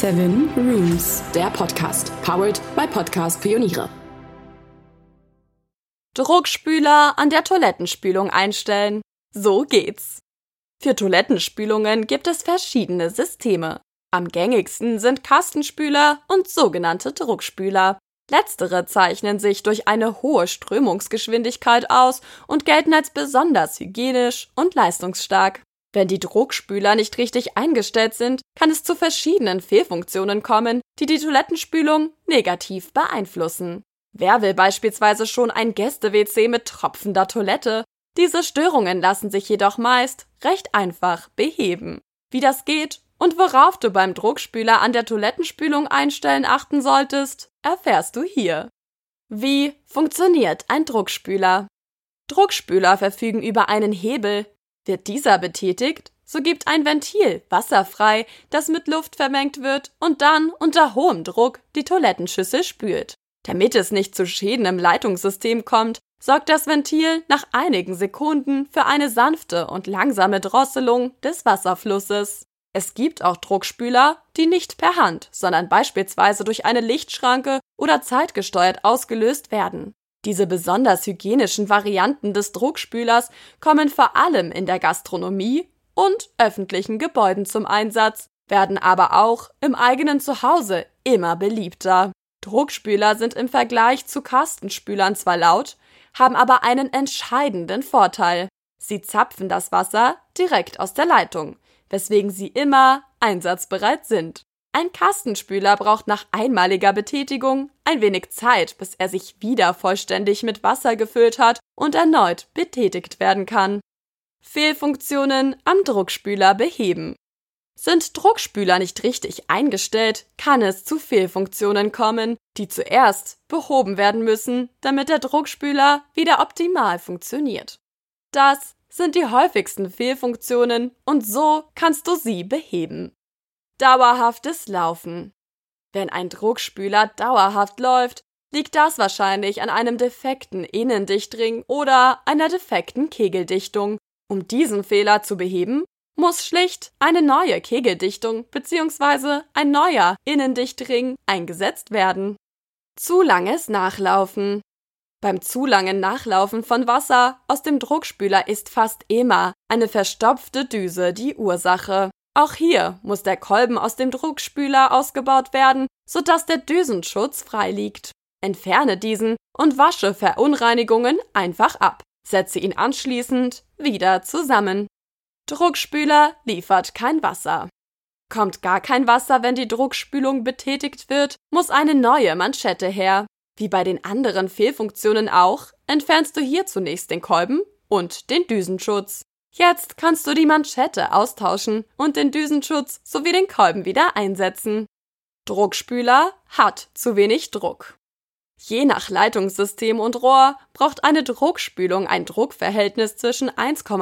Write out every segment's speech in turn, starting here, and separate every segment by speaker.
Speaker 1: 7 Rooms, der Podcast, powered by Podcast Pioniere.
Speaker 2: Druckspüler an der Toilettenspülung einstellen. So geht's. Für Toilettenspülungen gibt es verschiedene Systeme. Am gängigsten sind Kastenspüler und sogenannte Druckspüler. Letztere zeichnen sich durch eine hohe Strömungsgeschwindigkeit aus und gelten als besonders hygienisch und leistungsstark. Wenn die Druckspüler nicht richtig eingestellt sind, kann es zu verschiedenen Fehlfunktionen kommen, die die Toilettenspülung negativ beeinflussen. Wer will beispielsweise schon ein Gäste-WC mit tropfender Toilette? Diese Störungen lassen sich jedoch meist recht einfach beheben. Wie das geht und worauf du beim Druckspüler an der Toilettenspülung einstellen achten solltest, erfährst du hier. Wie funktioniert ein Druckspüler? Druckspüler verfügen über einen Hebel. Wird dieser betätigt, so gibt ein Ventil Wasser frei, das mit Luft vermengt wird und dann unter hohem Druck die Toilettenschüssel spült. Damit es nicht zu Schäden im Leitungssystem kommt, sorgt das Ventil nach einigen Sekunden für eine sanfte und langsame Drosselung des Wasserflusses. Es gibt auch Druckspüler, die nicht per Hand, sondern beispielsweise durch eine Lichtschranke oder zeitgesteuert ausgelöst werden. Diese besonders hygienischen Varianten des Druckspülers kommen vor allem in der Gastronomie und öffentlichen Gebäuden zum Einsatz, werden aber auch im eigenen Zuhause immer beliebter. Druckspüler sind im Vergleich zu Kastenspülern zwar laut, haben aber einen entscheidenden Vorteil. Sie zapfen das Wasser direkt aus der Leitung, weswegen sie immer einsatzbereit sind. Ein Kastenspüler braucht nach einmaliger Betätigung ein wenig Zeit, bis er sich wieder vollständig mit Wasser gefüllt hat und erneut betätigt werden kann. Fehlfunktionen am Druckspüler beheben. Sind Druckspüler nicht richtig eingestellt, kann es zu Fehlfunktionen kommen, die zuerst behoben werden müssen, damit der Druckspüler wieder optimal funktioniert. Das sind die häufigsten Fehlfunktionen und so kannst du sie beheben. Dauerhaftes Laufen. Wenn ein Druckspüler dauerhaft läuft, liegt das wahrscheinlich an einem defekten Innendichtring oder einer defekten Kegeldichtung. Um diesen Fehler zu beheben, muss schlicht eine neue Kegeldichtung bzw. ein neuer Innendichtring eingesetzt werden. Zu langes Nachlaufen. Beim zu langen Nachlaufen von Wasser aus dem Druckspüler ist fast immer eine verstopfte Düse die Ursache. Auch hier muss der Kolben aus dem Druckspüler ausgebaut werden, sodass der Düsenschutz frei liegt. Entferne diesen und wasche Verunreinigungen einfach ab. Setze ihn anschließend wieder zusammen. Druckspüler liefert kein Wasser. Kommt gar kein Wasser, wenn die Druckspülung betätigt wird, muss eine neue Manschette her. Wie bei den anderen Fehlfunktionen auch, entfernst du hier zunächst den Kolben und den Düsenschutz. Jetzt kannst du die Manschette austauschen und den Düsenschutz sowie den Kolben wieder einsetzen. Druckspüler hat zu wenig Druck. Je nach Leitungssystem und Rohr braucht eine Druckspülung ein Druckverhältnis zwischen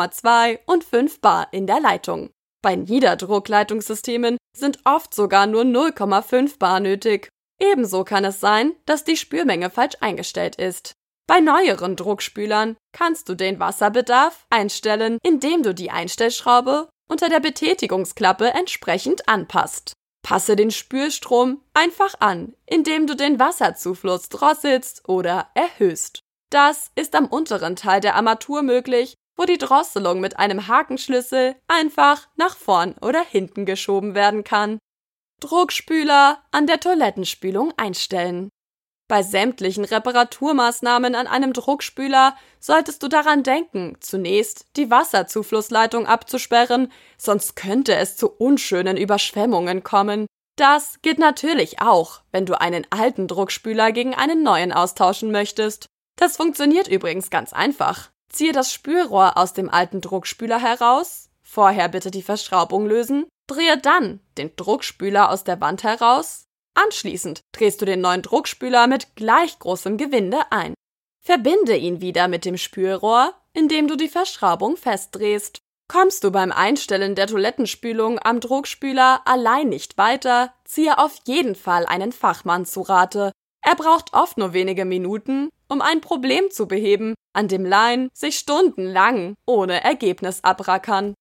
Speaker 2: 1,2 und 5 bar in der Leitung. Bei Niederdruckleitungssystemen sind oft sogar nur 0,5 bar nötig. Ebenso kann es sein, dass die Spülmenge falsch eingestellt ist. Bei neueren Druckspülern kannst du den Wasserbedarf einstellen, indem du die Einstellschraube unter der Betätigungsklappe entsprechend anpasst. Passe den Spülstrom einfach an, indem du den Wasserzufluss drosselst oder erhöhst. Das ist am unteren Teil der Armatur möglich, wo die Drosselung mit einem Hakenschlüssel einfach nach vorn oder hinten geschoben werden kann. Druckspüler an der Toilettenspülung einstellen. Bei sämtlichen Reparaturmaßnahmen an einem Druckspüler solltest du daran denken, zunächst die Wasserzuflussleitung abzusperren, sonst könnte es zu unschönen Überschwemmungen kommen. Das gilt natürlich auch, wenn du einen alten Druckspüler gegen einen neuen austauschen möchtest. Das funktioniert übrigens ganz einfach. Ziehe das Spülrohr aus dem alten Druckspüler heraus, vorher bitte die Verschraubung lösen, drehe dann den Druckspüler aus der Wand heraus. Anschließend drehst du den neuen Druckspüler mit gleich großem Gewinde ein. Verbinde ihn wieder mit dem Spülrohr, indem du die Verschraubung festdrehst. Kommst du beim Einstellen der Toilettenspülung am Druckspüler allein nicht weiter, ziehe auf jeden Fall einen Fachmann zu Rate. Er braucht oft nur wenige Minuten, um ein Problem zu beheben, an dem Laien sich stundenlang ohne Ergebnis abrackern.